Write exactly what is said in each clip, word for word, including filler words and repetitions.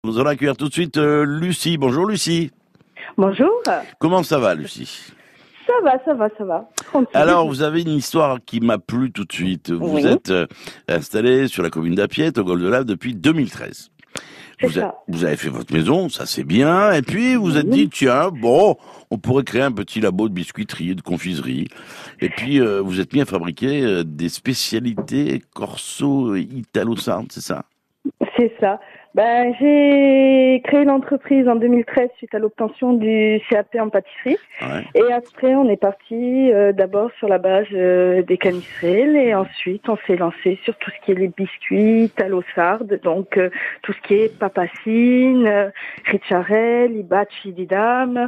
Nous allons accueillir tout de suite euh, Lucie. Bonjour Lucie. Bonjour. Comment ça va Lucie? Ça va, ça va, ça va. Tranquille. Alors vous avez une histoire qui m'a plu tout de suite. Vous Oui. êtes euh, installé sur la commune d'Apiette, au Golfe de Lave, depuis deux mille treize. C'est Vous, a- ça. vous avez fait votre maison, ça c'est bien. Et puis vous vous êtes Oui. dit, tiens, bon, on pourrait créer un petit labo de biscuiterie, de confiserie. Et puis euh, vous êtes mis à fabriquer euh, des spécialités corso italo-sardes, c'est ça? C'est ça. Ben, j'ai créé l'entreprise en deux mille treize suite à l'obtention du C A P en pâtisserie. Ouais. Et après, on est parti euh, d'abord sur la base euh, des canistrelles et ensuite on s'est lancé sur tout ce qui est les biscuits, talo-sardes, donc euh, tout ce qui est papacine, euh, ricciarel, ibaci didam.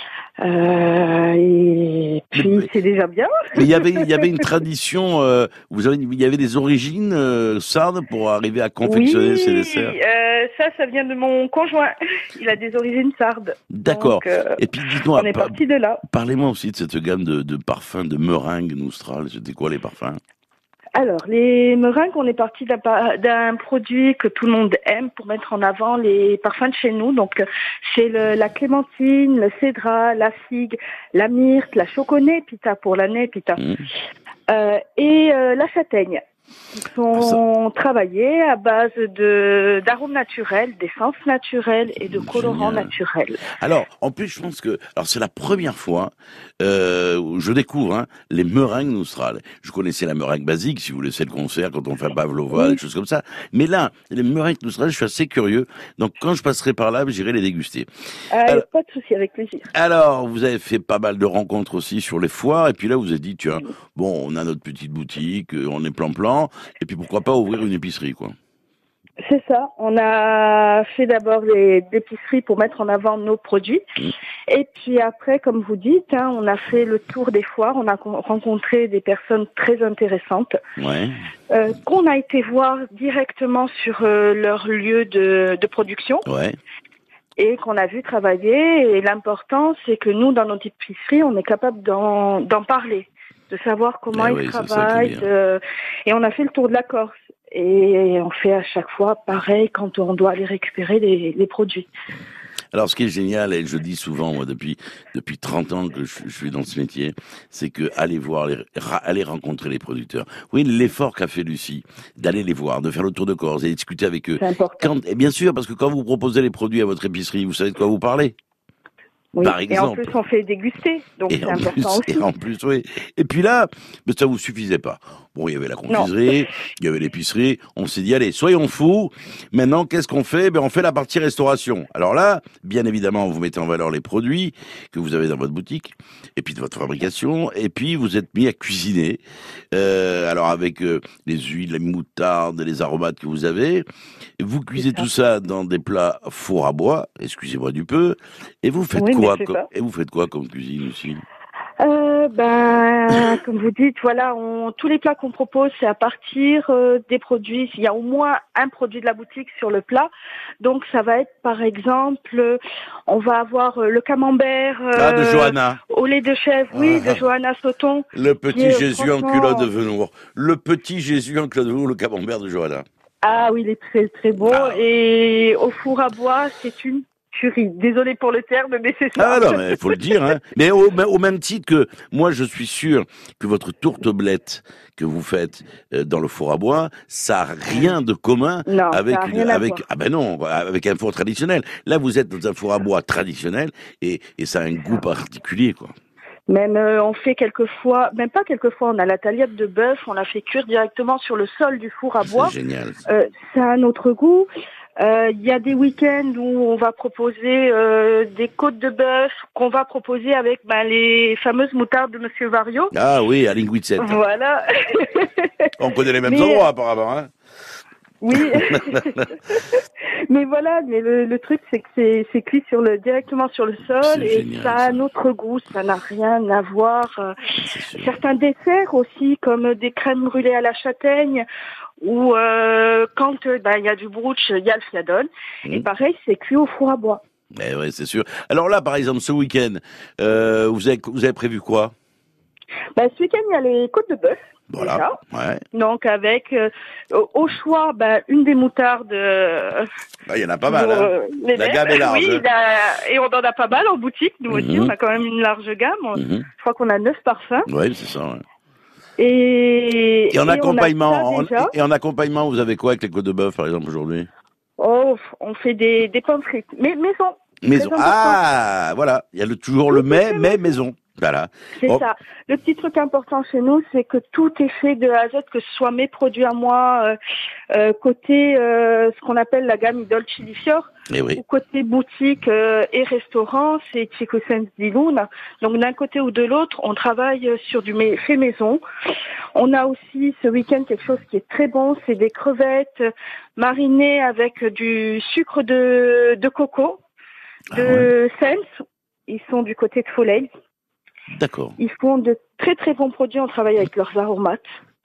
Euh, et puis Mais- c'est déjà bien. Mais il y avait, il y avait une tradition. Euh, vous avez, il y avait des origines euh, sardes pour arriver à confectionner Oui, ces desserts. euh, ça, ça vient de mon conjoint. Il a des origines sardes. D'accord. Donc, euh, Et puis dites-moi, on est par- parti de là. parlez-moi aussi de cette gamme de, de parfums de meringues Noustral. C'était quoi les parfums? Alors, les meringues, on est parti d'un, pa- d'un produit que tout le monde aime pour mettre en avant les parfums de chez nous. Donc, euh, c'est le, la clémentine, le cédrat, la figue, la myrte, la choconnée, pita pour l'année, pita, Mmh. euh, et euh, la châtaigne. Ils Ah, sont travaillés à base de d'arômes naturels, d'essences naturelles et de colorants Génial. naturels. Alors, en plus, je pense que, alors c'est la première fois euh, où je découvre hein, les meringues Noustral. Je connaissais la meringue basique, si vous voulez, c'est le concert quand on fait pavlova, Oui. des choses comme ça. Mais là, les meringues Noustral, je suis assez curieux. Donc, quand je passerai par là, j'irai les déguster. Ah, Alors, pas de souci, avec plaisir. Alors, vous avez fait pas mal de rencontres aussi sur les foires, et puis là, vous vous êtes dit, tiens, bon, on a notre petite boutique, euh, on est plan-plan, et puis pourquoi pas ouvrir une épicerie, quoi. C'est ça. On a fait d'abord les épiceries pour mettre en avant nos produits. Mm. Et puis après, comme vous dites, hein, on a fait le tour des foires. On a con- rencontré des personnes très intéressantes Ouais. euh, qu'on a été voir directement sur euh, leur lieu de, de production Ouais. et qu'on a vu travailler. Et l'important, c'est que nous, dans notre épicerie, on est capable d'en, d'en parler, de savoir comment Eh ils oui, c'est ça qui est travaillent. bien. de- Et on a fait le tour de la Corse. Et on fait à chaque fois pareil quand on doit aller récupérer les, les produits. Alors, ce qui est génial, et je dis souvent, moi, depuis, depuis trente ans que je, je suis dans ce métier, c'est que aller voir, les, ra- aller rencontrer les producteurs. Oui, l'effort qu'a fait Lucie, d'aller les voir, de faire le tour de Corse et discuter avec eux. C'est important. Quand, et bien sûr, parce que quand vous proposez les produits à votre épicerie, vous savez de quoi vous parlez. Oui. Par Et en exemple. plus, on fait déguster. Donc Et c'est en, plus, important aussi. et en plus, oui. Et puis là, mais ça vous suffisait pas. Bon, il y avait la confiserie, il y avait l'épicerie. On s'est dit, allez, soyons fous. Maintenant, qu'est-ce qu'on fait? Ben, on fait la partie restauration. Alors là, bien évidemment, vous mettez en valeur les produits que vous avez dans votre boutique, et puis de votre fabrication, et puis vous êtes mis à cuisiner. Euh, alors avec euh, les huiles, les moutardes, les aromates que vous avez, vous cuisez C'est ça. tout ça dans des plats four à bois. Excusez-moi du peu. Et vous faites Oui, mais quoi? c'est co- ça. Et vous faites quoi comme cuisine aussi? Euh, ben, comme vous dites, voilà, on, tous les plats qu'on propose, c'est à partir euh, des produits. Il y a au moins un produit de la boutique sur le plat. Donc, ça va être, par exemple, euh, on va avoir euh, le camembert euh, Ah, de Johanna. au lait de chèvre, oui, Ah. de Johanna Sauton. Le qui petit est, Jésus en franchement- culotte de velours. Le petit Jésus en culotte de velours, le camembert de Johanna. Ah oui, il est très très beau. Ah. Et au four à bois, c'est une tuerie. Désolée pour le terme, mais c'est ça. Ah non, mais il faut le dire. Hein. Mais au, mais au même titre que moi, je suis sûr que votre tourteblette que vous faites euh, dans le four à bois, ça n'a rien de commun Non, avec ça a une, rien à avec voir. ah ben non, avec un four traditionnel. Là, vous êtes dans un four à bois traditionnel et, et ça a un goût particulier, quoi. Même euh, on fait quelquefois, même pas quelquefois, on a la tagliade de bœuf, on la fait cuire directement sur le sol du four à bois. C'est génial. Euh, ça a un autre goût. Euh, Il y a des week-ends où on va proposer euh, des côtes de bœuf qu'on va proposer avec ben, les fameuses moutardes de Monsieur Vario. Ah oui, à Linguicette. Voilà. On connaît les mêmes Mais- endroits apparemment. Hein. Oui. Mais voilà, mais le, le truc c'est que c'est, c'est cuit sur le directement sur le sol C'est et génial, ça a ça. un autre goût, ça n'a rien à voir. euh, C'est sûr. Certains desserts aussi, comme des crèmes brûlées à la châtaigne, ou euh, quand euh, ben, il y a du brooch, il y a le fiadone. Mmh. Et pareil, c'est cuit au four à bois. Eh ouais, c'est sûr. Alors là, par exemple, ce week-end, euh, vous avez vous avez prévu quoi? Ben, ce week-end, il y a les côtes de bœuf. Voilà. Déjà. Ouais. Donc avec euh, au choix, ben, une des moutardes. Euh, Ah, il y en a pas mal. pour, Hein. euh, les La nems. gamme est large. Oui, Hein. la- et on en a pas mal en boutique. Nous Mm-hmm. aussi, on a quand même une large gamme. Mm-hmm. Je crois qu'on a neuf parfums. Oui, c'est ça. Ouais. Et, et en et accompagnement, on a ça, en, et en accompagnement, vous avez quoi avec les côtes de bœuf, par exemple, aujourd'hui? Oh, on fait des, des pommes frites. Mais maison. Maison. Ah, voilà. Il y a le, toujours tout le mais, mais maison. maison. Voilà. C'est oh. ça. Le petit truc important chez nous, c'est que tout est fait de A à Z, que ce soit mes produits à moi, euh, euh, côté euh, ce qu'on appelle la gamme Idol Chili Fior, eh oui. ou côté boutique euh, et restaurant, c'est Chico Sense di Luna. Donc d'un côté ou de l'autre, on travaille sur du fait maison. On a aussi ce week-end quelque chose qui est très bon, c'est des crevettes marinées avec du sucre de, de coco, de ah ouais. Sense. Ils sont du côté de Foley. D'accord. Ils font de très très bons produits, on travaille avec leurs aromates.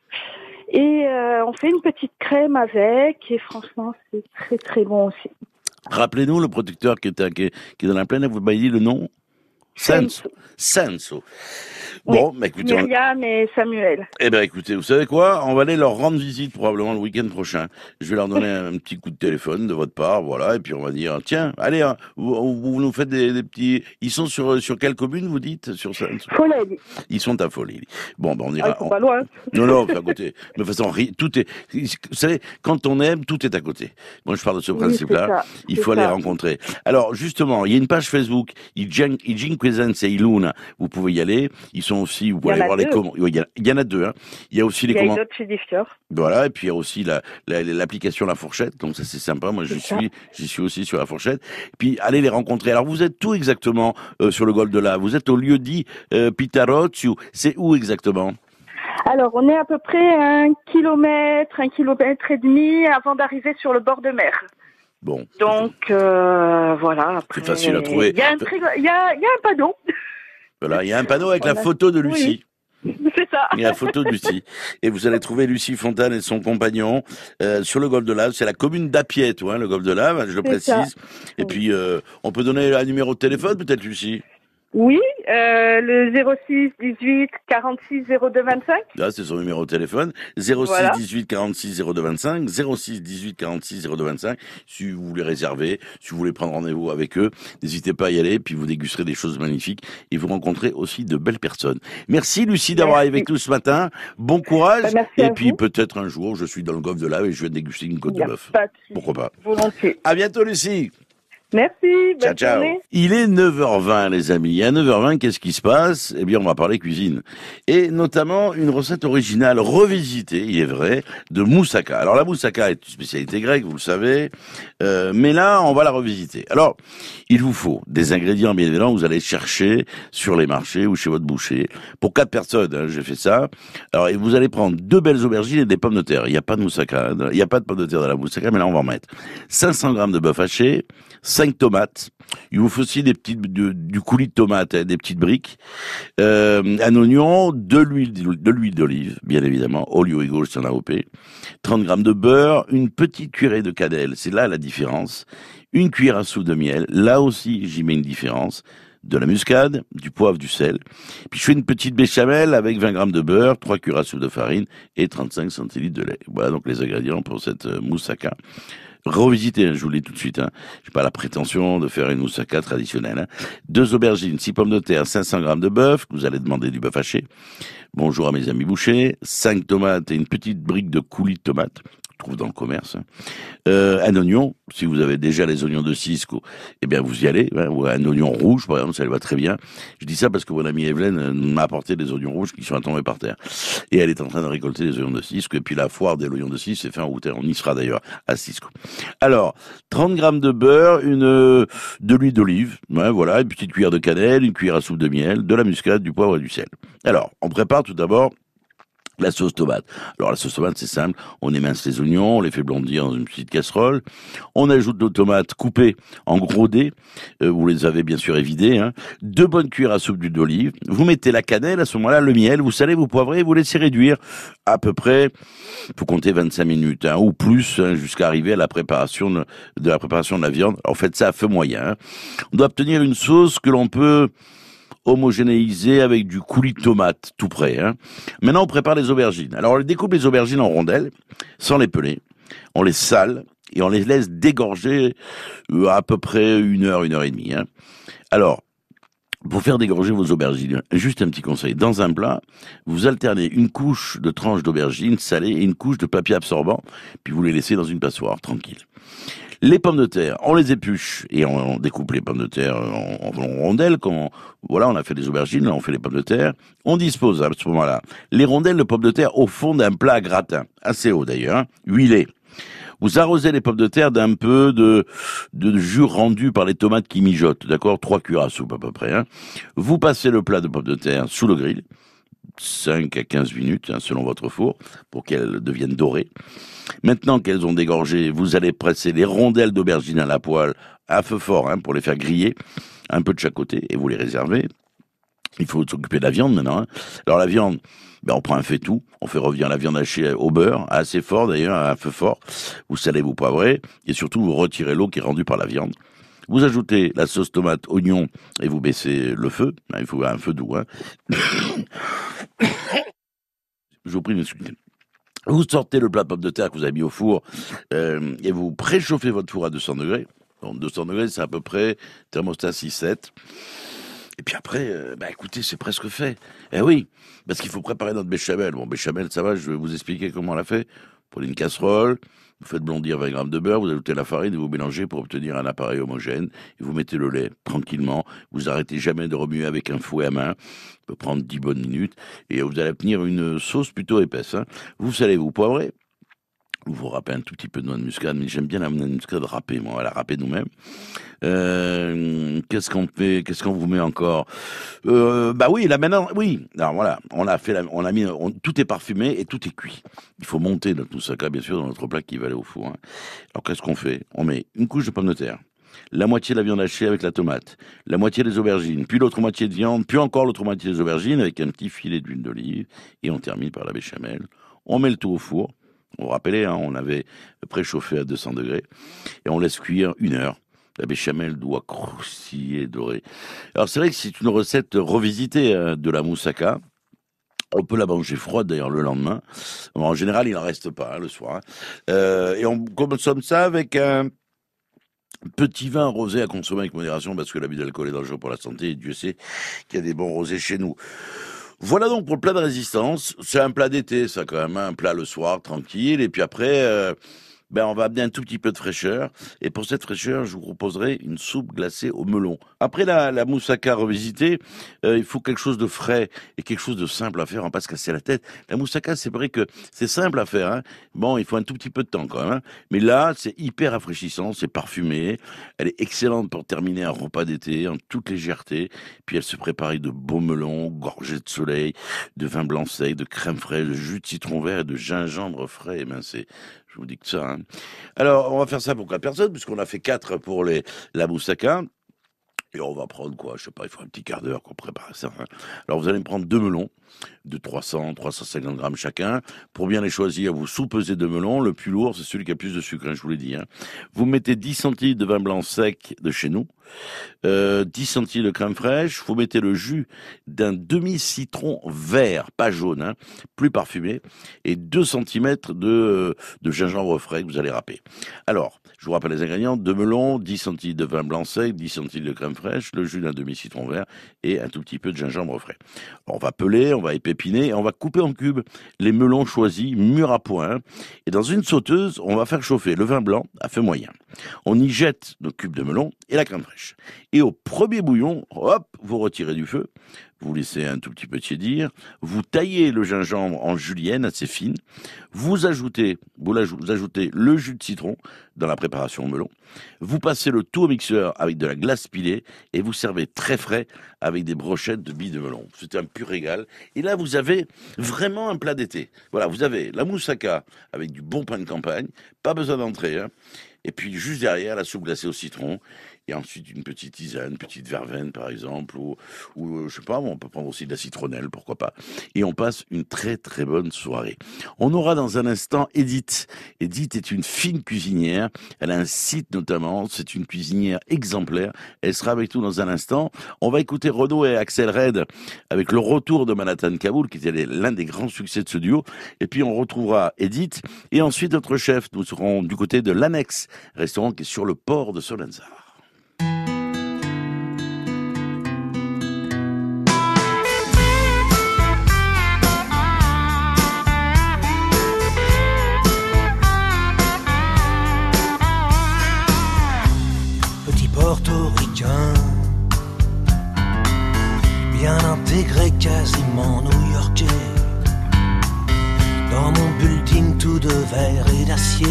Et euh, on fait une petite crème avec, et franchement, c'est très très bon aussi. Rappelez-nous le producteur qui est, qui est, qui est dans la plaine, vous m'avez dit le nom? Senso. Senso. Bon, oui, bah écoutez. Myriam on... et Samuel. Eh ben écoutez, vous savez quoi? On va aller leur rendre visite probablement le week-end prochain. Je vais leur donner un petit coup de téléphone de votre part, voilà, et puis on va dire, tiens, allez, hein, vous, vous nous faites des, des petits... Ils sont sur sur quelle commune, vous dites? Sur Senso. Foley. Ils sont à Foley. Bon, ben on ira... Ah, ils sont on... pas loin. Non, non, c'est à côté. Mais de toute façon, tout est... Vous savez, quand on aime, tout est à côté. Moi, je parle de ce principe-là. Oui, il faut ça. aller rencontrer. Alors, justement, il y a une page Facebook, I Cinque Sense et Luna. Vous pouvez y aller. Ils sont aussi... Vous pouvez aller voir deux. les commandes. Il y, a, il y en a deux. Hein. Il y a aussi les commandes... Il y a commandes... Voilà, et puis il y a aussi la, la, l'application La Fourchette. Donc ça, c'est sympa. Moi, j'y suis, j'y suis aussi sur La Fourchette. Et puis, allez les rencontrer. Alors, vous êtes où exactement euh, sur le golfe de là? Vous êtes au lieu dit euh, Pitarozzo. C'est où exactement? Alors, on est à peu près un kilomètre, un kilomètre et demi avant d'arriver sur le bord de mer. Bon. Donc, euh, voilà. Après, c'est facile à trouver. Il y a un, très... il y a, il y a un panneau. Voilà, il y a un panneau avec voilà. la photo de Lucie. Oui. C'est ça. Il y a la photo de Lucie. Et vous allez trouver Lucie Fontane et son compagnon euh, sur le golfe de Lave. C'est la commune d'Apiet, hein, le golfe de Lave, je le précise. Ça. Et puis, euh, on peut donner un numéro de téléphone, peut-être, Lucie? Oui, euh, le zéro six dix-huit quarante-six zéro deux vingt-cinq. Là, c'est son numéro de téléphone. zéro six dix-huit quarante-six zéro deux vingt-cinq. zéro six dix-huit quarante-six zéro deux vingt-cinq. Si vous voulez réserver, si vous voulez prendre rendez-vous avec eux, n'hésitez pas à y aller. Puis vous dégusterez des choses magnifiques et vous rencontrez aussi de belles personnes. Merci Lucie d'avoir été avec nous ce matin. Bon courage. Bah, et puis vous. Peut-être un jour, je suis dans le golfe de Lave et je vais déguster une côte de bœuf. Pourquoi pas. Volontiers. À bientôt Lucie. Merci, bonne ciao, ciao. journée. Il est neuf heures vingt, les amis. À neuf heures vingt, qu'est-ce qui se passe? Eh bien, on va parler cuisine. Et notamment, une recette originale revisitée, il est vrai, de moussaka. Alors, la moussaka est une spécialité grecque, vous le savez. Euh, mais là, on va la revisiter. Alors, il vous faut des ingrédients, bien évidemment, vous allez chercher sur les marchés ou chez votre boucher. Pour quatre personnes, hein, j'ai fait ça. Alors, vous allez prendre deux belles aubergines et des pommes de terre. Il n'y a pas de moussaka. Il n'y a pas de pommes de terre dans la moussaka, mais là, on va en mettre cinq cents grammes de bœuf haché, cinq tomates. Il vous faut aussi des petites, de, du coulis de tomate, hein, des petites briques, euh, un oignon, de l'huile, de l'huile d'olive, bien évidemment, olio et gauche, c'est un A O P, trente grammes de beurre, une petite cuillerée de cannelle, c'est là la différence, une cuillère à soupe de miel, là aussi j'y mets une différence, de la muscade, du poivre, du sel. Puis je fais une petite béchamel avec vingt grammes de beurre, trois cuillères à soupe de farine et trente-cinq centilitres de lait. Voilà donc les ingrédients pour cette euh, moussaka. Revisiter, hein, je vous le dis tout de suite. Hein. J'ai pas la prétention de faire une moussaka traditionnelle. Hein. Deux aubergines, six pommes de terre, cinq cents grammes de bœuf. Vous allez demander du bœuf haché. Bonjour à mes amis bouchers. Cinq tomates et une petite brique de coulis de tomates. Trouve dans le commerce. Hein. Euh, un oignon, si vous avez déjà les oignons de Cisco, eh bien vous y allez. Hein, ou un oignon rouge, par exemple, ça va très bien. Je dis ça parce que mon amie Evelyne m'a apporté des oignons rouges qui sont tombés par terre. Et elle est en train de récolter les oignons de Cisco. Et puis la foire des oignons de Cisco, c'est fait en août. On y sera d'ailleurs à Cisco. Alors, trente grammes de beurre, une de l'huile d'olive, hein, voilà, une petite cuillère de cannelle, une cuillère à soupe de miel, de la muscade, du poivre et du sel. Alors, on prépare tout d'abord la sauce tomate. Alors la sauce tomate, c'est simple. On émince les oignons, on les fait blondir dans une petite casserole. On ajoute nos tomates coupées en gros dés. Euh, vous les avez bien sûr évidées. Hein. Deux bonnes cuillères à soupe d'huile d'olive. Vous mettez la cannelle, à ce moment-là, le miel. Vous salez, vous poivrez, vous laissez réduire à peu près, faut compter vingt-cinq minutes hein, ou plus hein, jusqu'à arriver à la préparation de, de la préparation de la viande. Alors faites ça à feu moyen. Hein. On doit obtenir une sauce que l'on peut homogénéisé avec du coulis de tomate tout prêt. Hein. Maintenant, on prépare les aubergines. Alors, on découpe les aubergines en rondelles, sans les peler. On les sale et on les laisse dégorger à peu près une heure, une heure et demie. Hein. Alors, pour faire dégorger vos aubergines, juste un petit conseil. Dans un plat, vous alternez une couche de tranches d'aubergines salées et une couche de papier absorbant, puis vous les laissez dans une passoire, tranquille. Les pommes de terre, on les épluche et on, on découpe les pommes de terre en, en, en rondelles. Quand, voilà, on a fait les aubergines, là on fait les pommes de terre. On dispose à ce moment-là les rondelles de pommes de terre au fond d'un plat à gratin, assez haut d'ailleurs, hein, huilé. Vous arrosez les pommes de terre d'un peu de, de jus rendu par les tomates qui mijotent, d'accord? Trois cuillères à soupe à peu près. Hein. Vous passez le plat de pommes de terre sous le grill, cinq à quinze minutes, hein, selon votre four, pour qu'elles deviennent dorées. Maintenant qu'elles ont dégorgé, vous allez presser les rondelles d'aubergine à la poêle à feu fort, hein, pour les faire griller, un peu de chaque côté, et vous les réservez. Il faut s'occuper de la viande maintenant. Hein. Alors la viande, ben on prend un faitout, on fait revenir la viande hachée au beurre, assez fort d'ailleurs, à un feu fort. Vous salez, vous poivrez, et surtout vous retirez l'eau qui est rendue par la viande. Vous ajoutez la sauce tomate, oignon, et vous baissez le feu. Il faut un feu doux. Hein. Je vous prie de m'excuser. Vous sortez le plat de pommes de terre que vous avez mis au four, euh, et vous préchauffez votre four à deux cents degrés. Donc deux cents degrés, c'est à peu près thermostat six sept. Et puis après, euh, bah écoutez, c'est presque fait. Eh oui, parce qu'il faut préparer notre béchamel. Bon, béchamel, ça va, je vais vous expliquer comment on l'a fait. Vous prenez une casserole, vous faites blondir vingt grammes de beurre, vous ajoutez la farine et vous mélangez pour obtenir un appareil homogène. Et vous mettez le lait tranquillement. Vous arrêtez jamais de remuer avec un fouet à main. Ça peut prendre dix bonnes minutes. Et vous allez obtenir une sauce plutôt épaisse. Hein. Vous salez, vous poivrez. Vous râpez un tout petit peu de noix de muscade, mais j'aime bien la noix de muscade râpée, moi, on va la râper nous-mêmes. Euh, qu'est-ce qu'on fait, qu'est-ce qu'on vous met encore? Euh, bah oui, là maintenant, oui. Alors voilà, on a fait, la, on a mis, on, tout est parfumé et tout est cuit. Il faut monter notre moussaka, bien sûr, dans notre plat qui va aller au four. Hein. Alors qu'est-ce qu'on fait? On met une couche de pommes de terre, la moitié de la viande hachée avec la tomate, la moitié des aubergines, puis l'autre moitié de viande, puis encore l'autre moitié des aubergines avec un petit filet d'huile d'olive, et on termine par la béchamel. On met le tout au four. Vous vous rappelez, hein, on avait préchauffé à deux cents degrés et on laisse cuire une heure. La béchamel doit croustiller, dorer. Alors c'est vrai que c'est une recette revisitée hein, de la moussaka. On peut la manger froide d'ailleurs le lendemain. En général, il n'en reste pas hein, le soir. Hein. Euh, et on consomme ça avec un petit vin rosé à consommer avec modération parce que l'abus d'alcool est dangereux pour la santé et Dieu sait qu'il y a des bons rosés chez nous. Voilà donc pour le plat de résistance. C'est un plat d'été, ça quand même, hein, un plat le soir, tranquille. Et puis après, euh, ben on va amener un tout petit peu de fraîcheur. Et pour cette fraîcheur, je vous proposerai une soupe glacée au melon. Après la, la moussaka revisitée, euh, il faut quelque chose de frais et quelque chose de simple à faire, on va pas se casser la tête. La moussaka, c'est vrai que c'est simple à faire. Hein. Bon, il faut un tout petit peu de temps quand même. Hein. Mais là, c'est hyper rafraîchissant, c'est parfumé. Elle est excellente pour terminer un repas d'été en toute légèreté. Puis elle se prépare avec de beaux melons, gorgés de soleil, de vin blanc sec, de crème fraîche, de jus de citron vert et de gingembre frais. Eh ben, c'est... Je vous dis que ça. Hein. Alors, on va faire ça pour quatre personnes, puisqu'on a fait quatre pour les, la moussaka. Et on va prendre quoi? Je sais pas, il faut un petit quart d'heure qu'on prépare ça. Hein. Alors, vous allez me prendre deux melons de trois cents, trois cent cinquante grammes chacun. Pour bien les choisir, vous sous-pesez deux melons. Le plus lourd, c'est celui qui a plus de sucre, hein, je vous l'ai dit. Hein. Vous mettez dix centilitres de vin blanc sec de chez nous. Euh, dix centilitres de crème fraîche. Vous mettez le jus d'un demi-citron vert, pas jaune, hein, plus parfumé. Et deux centimètres de, de gingembre frais que vous allez râper. Alors, je vous rappelle les ingrédients. deux melons, dix centilitres de vin blanc sec, dix centilitres de crème fraîche, le jus d'un demi-citron vert et un tout petit peu de gingembre frais. On va peler, on va épépiner et on va couper en cubes les melons choisis, mûrs à point. Et dans une sauteuse, on va faire chauffer le vin blanc à feu moyen. On y jette nos cubes de melon et la crème fraîche. Et au premier bouillon, hop, vous retirez du feu, vous laissez un tout petit peu tiédir, vous taillez le gingembre en julienne assez fine, vous ajoutez, vous ajoutez le jus de citron dans la préparation au melon, vous passez le tout au mixeur avec de la glace pilée et vous servez très frais avec des brochettes de billes de melon. C'est un pur régal. Et là, vous avez vraiment un plat d'été. Voilà, vous avez la moussaka avec du bon pain de campagne, pas besoin d'entrée, hein. Et puis juste derrière, la soupe glacée au citron. Et ensuite, une petite tisane, une petite verveine, par exemple, ou, ou je sais pas, on peut prendre aussi de la citronnelle, pourquoi pas. Et on passe une très très bonne soirée. On aura dans un instant Edith. Edith est une fine cuisinière. Elle a un site notamment. C'est une cuisinière exemplaire. Elle sera avec nous dans un instant. On va écouter Renaud et Axel Red avec le retour de Manhattan Kaboul, qui était l'un des grands succès de ce duo. Et puis on retrouvera Edith. Et ensuite notre chef. Nous serons du côté de l'Annexe, restaurant qui est sur le port de Solenzar. Portoricain, bien intégré, quasiment new-yorkais. Dans mon building tout de verre et d'acier,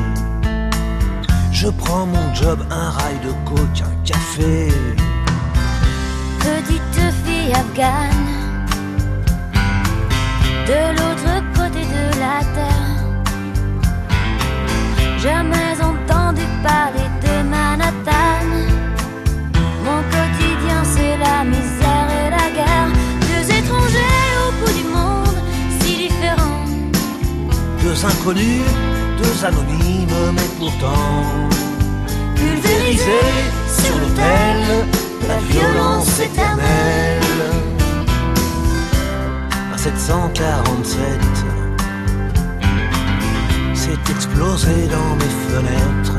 je prends mon job, un rail de coke, un café. Petite fille afghane, de l'autre côté de la terre, jamais entendu parler de Manhattan. Mon quotidien c'est la misère et la guerre. Deux étrangers au bout du monde, si différents. Deux inconnus, deux anonymes, mais pourtant pulvérisés sur l'autel de la violence éternelle. À sept cent quarante-sept, c'est explosé dans mes fenêtres.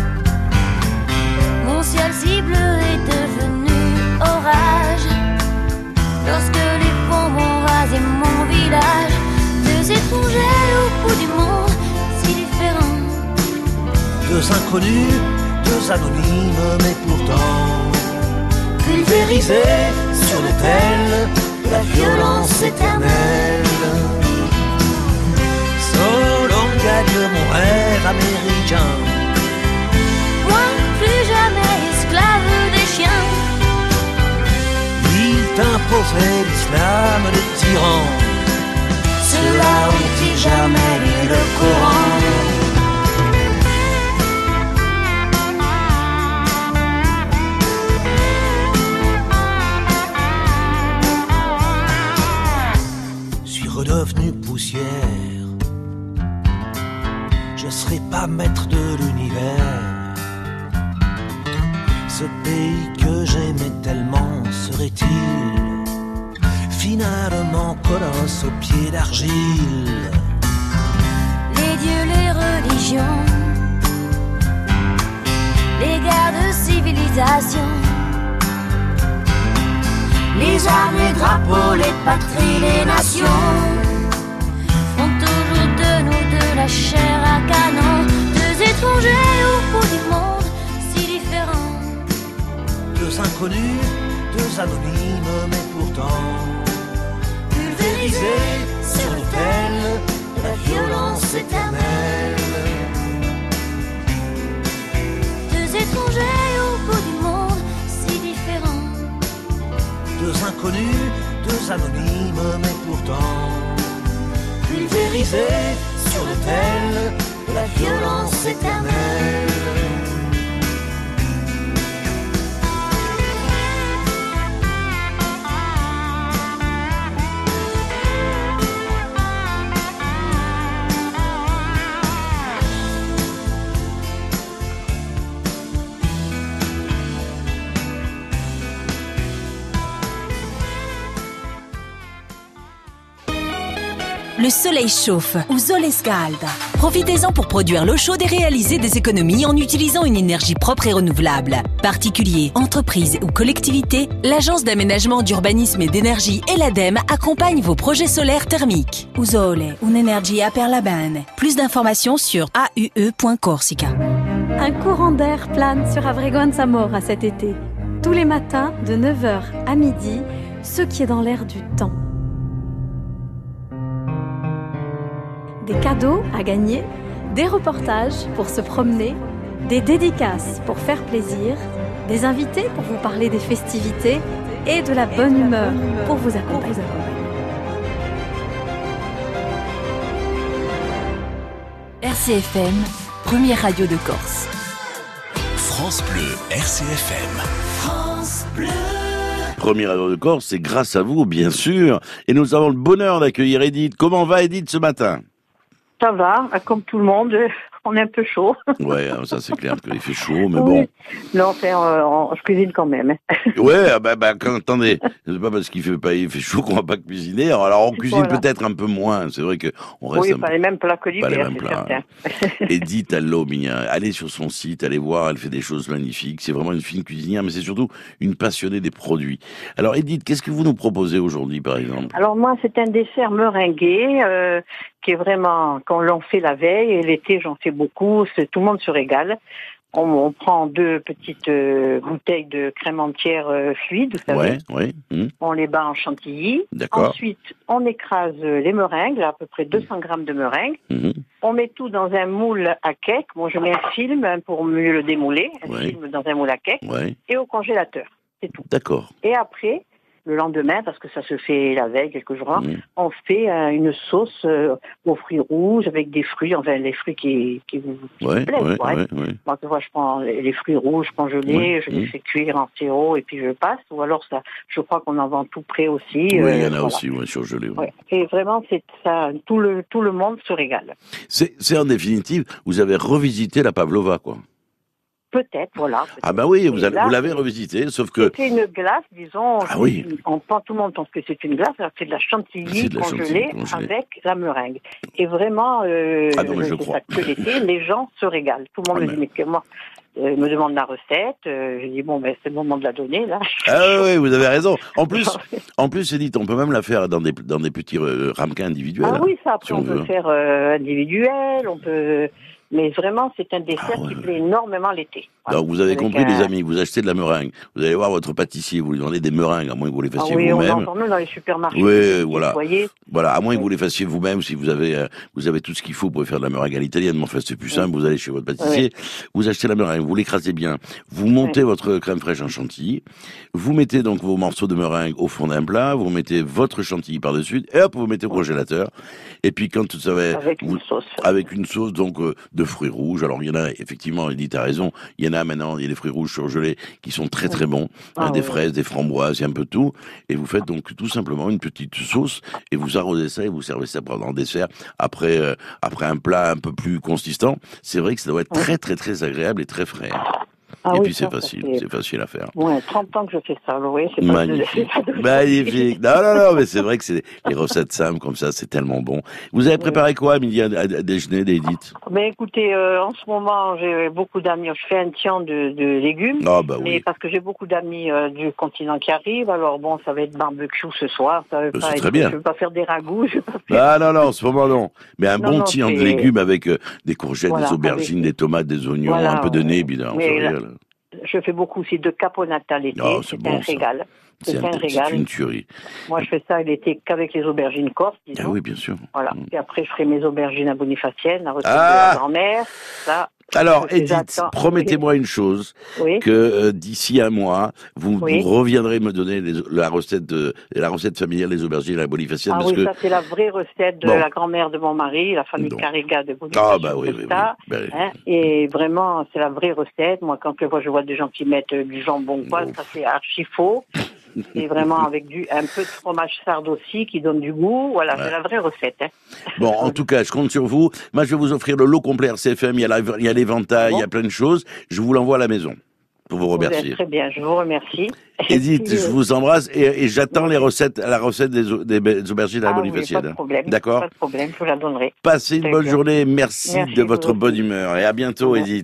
Mon ciel si bleu est devenu orage lorsque les bombes ont rasé mon village. Deux étrangers au bout du monde, si différents. Deux inconnus, deux anonymes, mais pourtant pulvérisés sur l'autel de la violence éternelle. So long gagne mon rêve américain. Moi, plus jamais esclave des chiens. Il t'imposait l'islam des tyrans. Ceux-là ont-ils jamais lu le Coran? Suis redevenu poussière. Je serai pas maître de l'univers. Ce pays que j'aimais tellement serait-il finalement colosse aux pieds d'argile? Les dieux, les religions, les guerres de civilisation, les armes, les drapeaux, les patries, les nations font toujours de nous de la chair à canon. Deux étrangers au bout du monde, si différents. Deux inconnus, deux anonymes, mais pourtant pulvérisés sur l'autel de la violence éternelle. Deux étrangers au bout du monde, si différents. Deux inconnus, deux anonymes, mais pourtant pulvérisés sur l'autel de la violence éternelle. Le soleil chauffe ou Sole Scalda. Profitez-en pour produire l'eau chaude et réaliser des économies en utilisant une énergie propre et renouvelable. Particuliers, entreprises ou collectivités, l'Agence d'aménagement, d'urbanisme et d'énergie et l'ADEME accompagnent vos projets solaires thermiques. Usole, un'energia per la bene. Plus d'informations sur a u e point corsica. Un courant d'air plane sur Avregon Zamora cet été. Tous les matins, de neuf heures à midi, ce qui est dans l'air du temps. Des cadeaux à gagner, des reportages pour se promener, des dédicaces pour faire plaisir, des invités pour vous parler des festivités et de la bonne humeur pour vous accompagner. R C F M, première radio de Corse. France Bleu, R C F M. France Bleu. Première heure de Corse, c'est grâce à vous, bien sûr. Et nous avons le bonheur d'accueillir Edith. Comment va Edith ce matin? Ça va, comme tout le monde, on est un peu chaud. Ouais, ça c'est clair qu'il fait chaud, mais oui. bon. Non, enfin, euh, je cuisine quand même. Ouais, bah, bah quand, attendez, c'est pas parce qu'il fait pas, il fait chaud qu'on va pas cuisiner. Alors on cuisine Voilà. peut-être un peu moins. C'est vrai que on reste Oui, un pas peu... les mêmes plats que pas les l'hiver, mêmes c'est plats. certain. Edith Allomia, allez sur son site, allez voir, elle fait des choses magnifiques. C'est vraiment une fine cuisinière, mais c'est surtout une passionnée des produits. Alors Edith, qu'est-ce que vous nous proposez aujourd'hui, par exemple? Alors moi, c'est un dessert meringué euh, qui est vraiment, quand l'on fait la veille, et l'été j'en fais beaucoup, c'est, tout le monde se régale. On, on prend deux petites euh, bouteilles de crème entière euh, fluide, vous savez. Ouais, ouais. hum, On les bat en chantilly. D'accord. Ensuite, on écrase les meringues, là, à peu près deux cents grammes de meringues. hum, On met tout dans un moule à cake. Moi, je mets un film hein, pour mieux le démouler. Un Ouais. film dans un moule à cake. Ouais, Et au congélateur. C'est tout. d'accord. Et après, le lendemain, parce que ça se fait la veille, quelques jours, Hum, on fait euh, une sauce euh, aux fruits rouges avec des fruits, enfin les fruits qui, qui vous, qui vous Ouais, plaisent. ouais, quoi, hein. ouais, ouais. Moi, tu vois, je prends les les fruits rouges congelés, Ouais, je les hum. fais cuire en sirop et puis je passe. Ou alors, ça, je crois qu'on en vend tout prêt aussi. Oui, il y euh, en a voilà. aussi, ouais, surgelé. Ouais. Ouais. Et vraiment, c'est ça, tout le, tout le monde se régale. C'est, c'est en définitive, vous avez revisité la pavlova, quoi. Peut-être, voilà. peut-être. Ah bah oui, vous, Et avez, là, vous l'avez revisité, sauf que... C'était une glace, disons. Ah oui. On pense, tout le monde pense que c'est une glace, alors c'est de la chantilly C'est de la congelée, chantilly congelée. avec la meringue. Et vraiment, euh, Ah non, mais je c'est crois. ça que l'été, les gens se régalent. Tout le monde Ah, me mais- dit, mais que moi, euh, me demande la recette. Euh, je dis, bon, ben, c'est le moment de la donner, là. Ah oui, vous avez raison. En plus, en plus, Edith, on peut même la faire dans des, dans des petits euh, ramequins individuels. Ah oui, ça, après, si on, on peut veut. faire euh, individuel, on peut... Mais vraiment, c'est un dessert Ah ouais. qui plaît énormément l'été. Voilà. Donc vous avez Avec compris, un- les amis, vous achetez de la meringue. Vous allez voir votre pâtissier, vous lui demandez des meringues, à moins que vous les Ah fassiez oui, on en vous-même. vend même dans les supermarchés. Oui, Vous voilà. voyez. Voilà, à moins que vous les fassiez vous-même, si vous avez, euh, vous avez tout ce qu'il faut pour faire de la meringue à l'italienne. Mais enfin, c'est plus simple, vous allez chez votre pâtissier, vous achetez la meringue, vous l'écrasez bien, vous montez votre crème fraîche en chantilly, vous mettez donc vos morceaux de meringue au fond d'un plat, vous mettez votre chantilly par-dessus, et hop, vous mettez au congélateur. Et puis quand tout ça va... Avec vous- une sauce. Avec une sauce donc euh, de fruits rouges. Alors il y en a effectivement, Edith a raison. Il y en a maintenant, il y a des fruits rouges surgelés qui sont très très bons, Ah Euh, des oui. fraises, des framboises, et un peu tout. Et vous faites donc tout simplement une petite sauce et vous arrosez ça et vous servez ça pendant dessert. Après euh, après un plat un peu plus consistant, c'est vrai que ça doit être très très très agréable et très frais. Ah et oui, puis c'est ça, ça facile, fait- c'est facile à faire. Ouais, trente ans que je fais ça, vous voyez, c'est pas de- Magnifique, c'est pas de- magnifique. Non, non, non, mais c'est vrai que c'est les recettes simples comme ça, c'est tellement bon. Vous avez préparé quoi à midi à, à- à déjeuner, Edith? Ben écoutez, euh, en ce moment, j'ai beaucoup d'amis. Je fais un tian de, de légumes, Ah bah mais oui, parce que j'ai beaucoup d'amis euh, du continent qui arrivent. Alors bon, ça va être barbecue ce soir. Ça va Euh, pas c'est être- très bien. Je vais pas faire des ragoûts. Je vais pas faire... Ah non, non, en ce moment non. Mais un Non, bon non, tian de c'est- légumes avec euh, des courgettes, Voilà, des aubergines, avec- des tomates, des oignons, Voilà, un peu de ouais. nez, bien, on Mais se là- régale. Je fais beaucoup aussi de caponata l'été. Oh, c'est c'est bon, un ça. régal. C'est C'est un un- c'est régal. une tuerie. Moi, je fais ça l'été qu'avec les aubergines corses, disons. Ah oui, bien sûr. Voilà. Mm. Et après, je ferai mes aubergines à Bonifacienne, la recette Ah de la grand-mère. Ça, Alors, que Edith, j'attends. promettez-moi une chose, oui. que euh, d'ici un mois, vous, Oui. vous reviendrez me donner les- la recette de la recette familiale des aubergines à la Bonifacienne, Ah parce oui, que ça c'est la vraie recette de Bon. la grand-mère de mon mari, la famille Donc. Carrega de Bonifacienne. ah bah oui, oui, oui. Costa, Ben, hein, et vraiment, c'est la vraie recette. Moi, quand je vois, je vois des gens qui mettent euh, du jambon, quoi, Oh. ça c'est archi faux. Et vraiment avec du un peu de fromage sarde aussi qui donne du goût. Voilà, Ouais. c'est la vraie recette. Hein. Bon, en tout cas, je compte sur vous. Moi, je vais vous offrir le lot complet R C F M. Il y a la- il y a l'éventail, Ah bon il y a plein de choses. Je vous l'envoie à la maison pour vous Vous êtes remercier. très bien, je vous remercie. Edith, Et puis, je euh, vous embrasse et, et j'attends les recettes, la recette des, au- des be- aubergines à la ah oui, Bonifacienne. pas de problème. D'accord? Pas de problème, je vous la donnerai. Passez une Très bonne bien. journée. Merci, Merci, de vous votre aussi. bonne humeur et à bientôt, Merci. Edith.